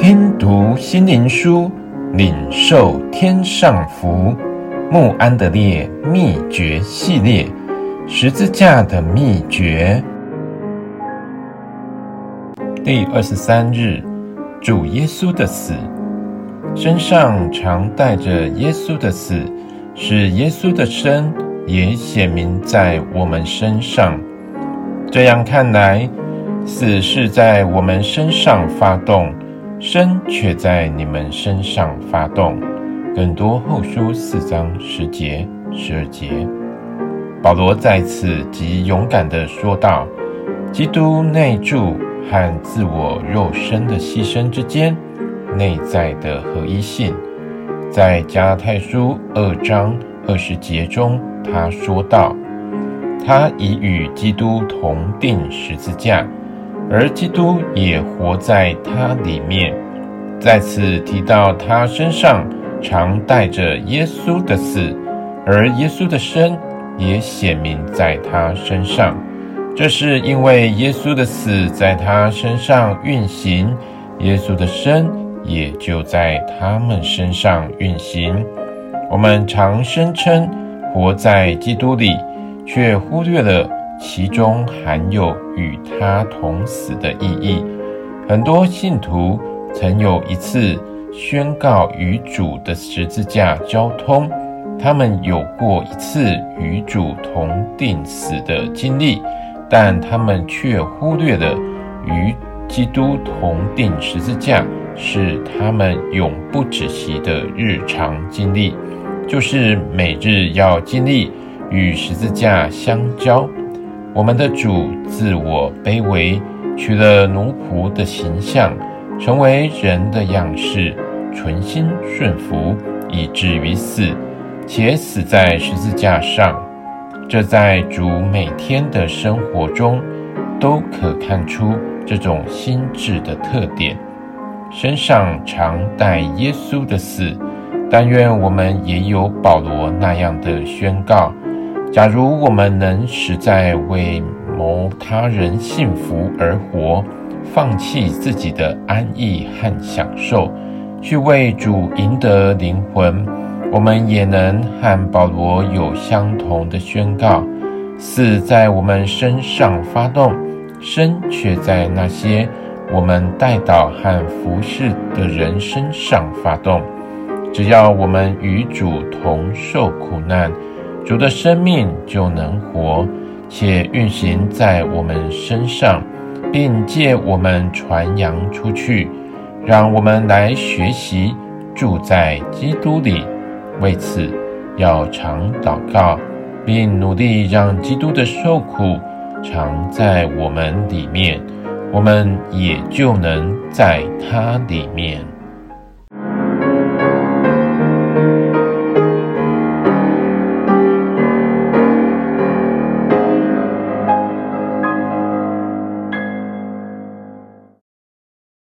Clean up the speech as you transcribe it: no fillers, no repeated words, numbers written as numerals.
听读心灵书，领受天上福。慕安德烈秘诀系列，十字架的秘诀。第23日，主耶稣的死。身上常带着耶稣的死，使耶稣的生也显明在我们身上。这样看来，死是在我们身上发动，生却在你们身上发动。更多后书4章10节、12节。保罗在此极勇敢地说道：基督内住和自我肉身的牺牲之间内在的合一性。在加拉太书2章20节中，他说道：他已与基督同定十字架，而基督也活在他里面。在此提到他身上常带着耶稣的死，而耶稣的生也显明在他身上。这是因为耶稣的死在他身上运行，耶稣的生也就在他们身上运行。我们常声称活在基督里，却忽略了其中含有与他同死的意义。很多信徒曾有一次宣告与主的十字架交通，他们有过一次与主同定死的经历，但他们却忽略了与基督同定十字架是他们永不止息的日常经历，就是每日要经历与十字架相交。我们的主自我卑微，取了奴仆的形象，成为人的样式，存心顺服，以至于死，且死在十字架上。这在主每天的生活中都可看出这种心智的特点。身上常带耶稣的死，但愿我们也有保罗那样的宣告：假如我们能实在为谋他人幸福而活，放弃自己的安逸和享受，去为主赢得灵魂，我们也能和保罗有相同的宣告：死在我们身上发动，生却在那些我们代祷和服侍的人身上发动。只要我们与主同受苦难，主的生命就能活，且运行在我们身上，并借我们传扬出去。让我们来学习住在基督里，为此要常祷告，并努力让基督的受苦常在我们里面，我们也就能在他里面。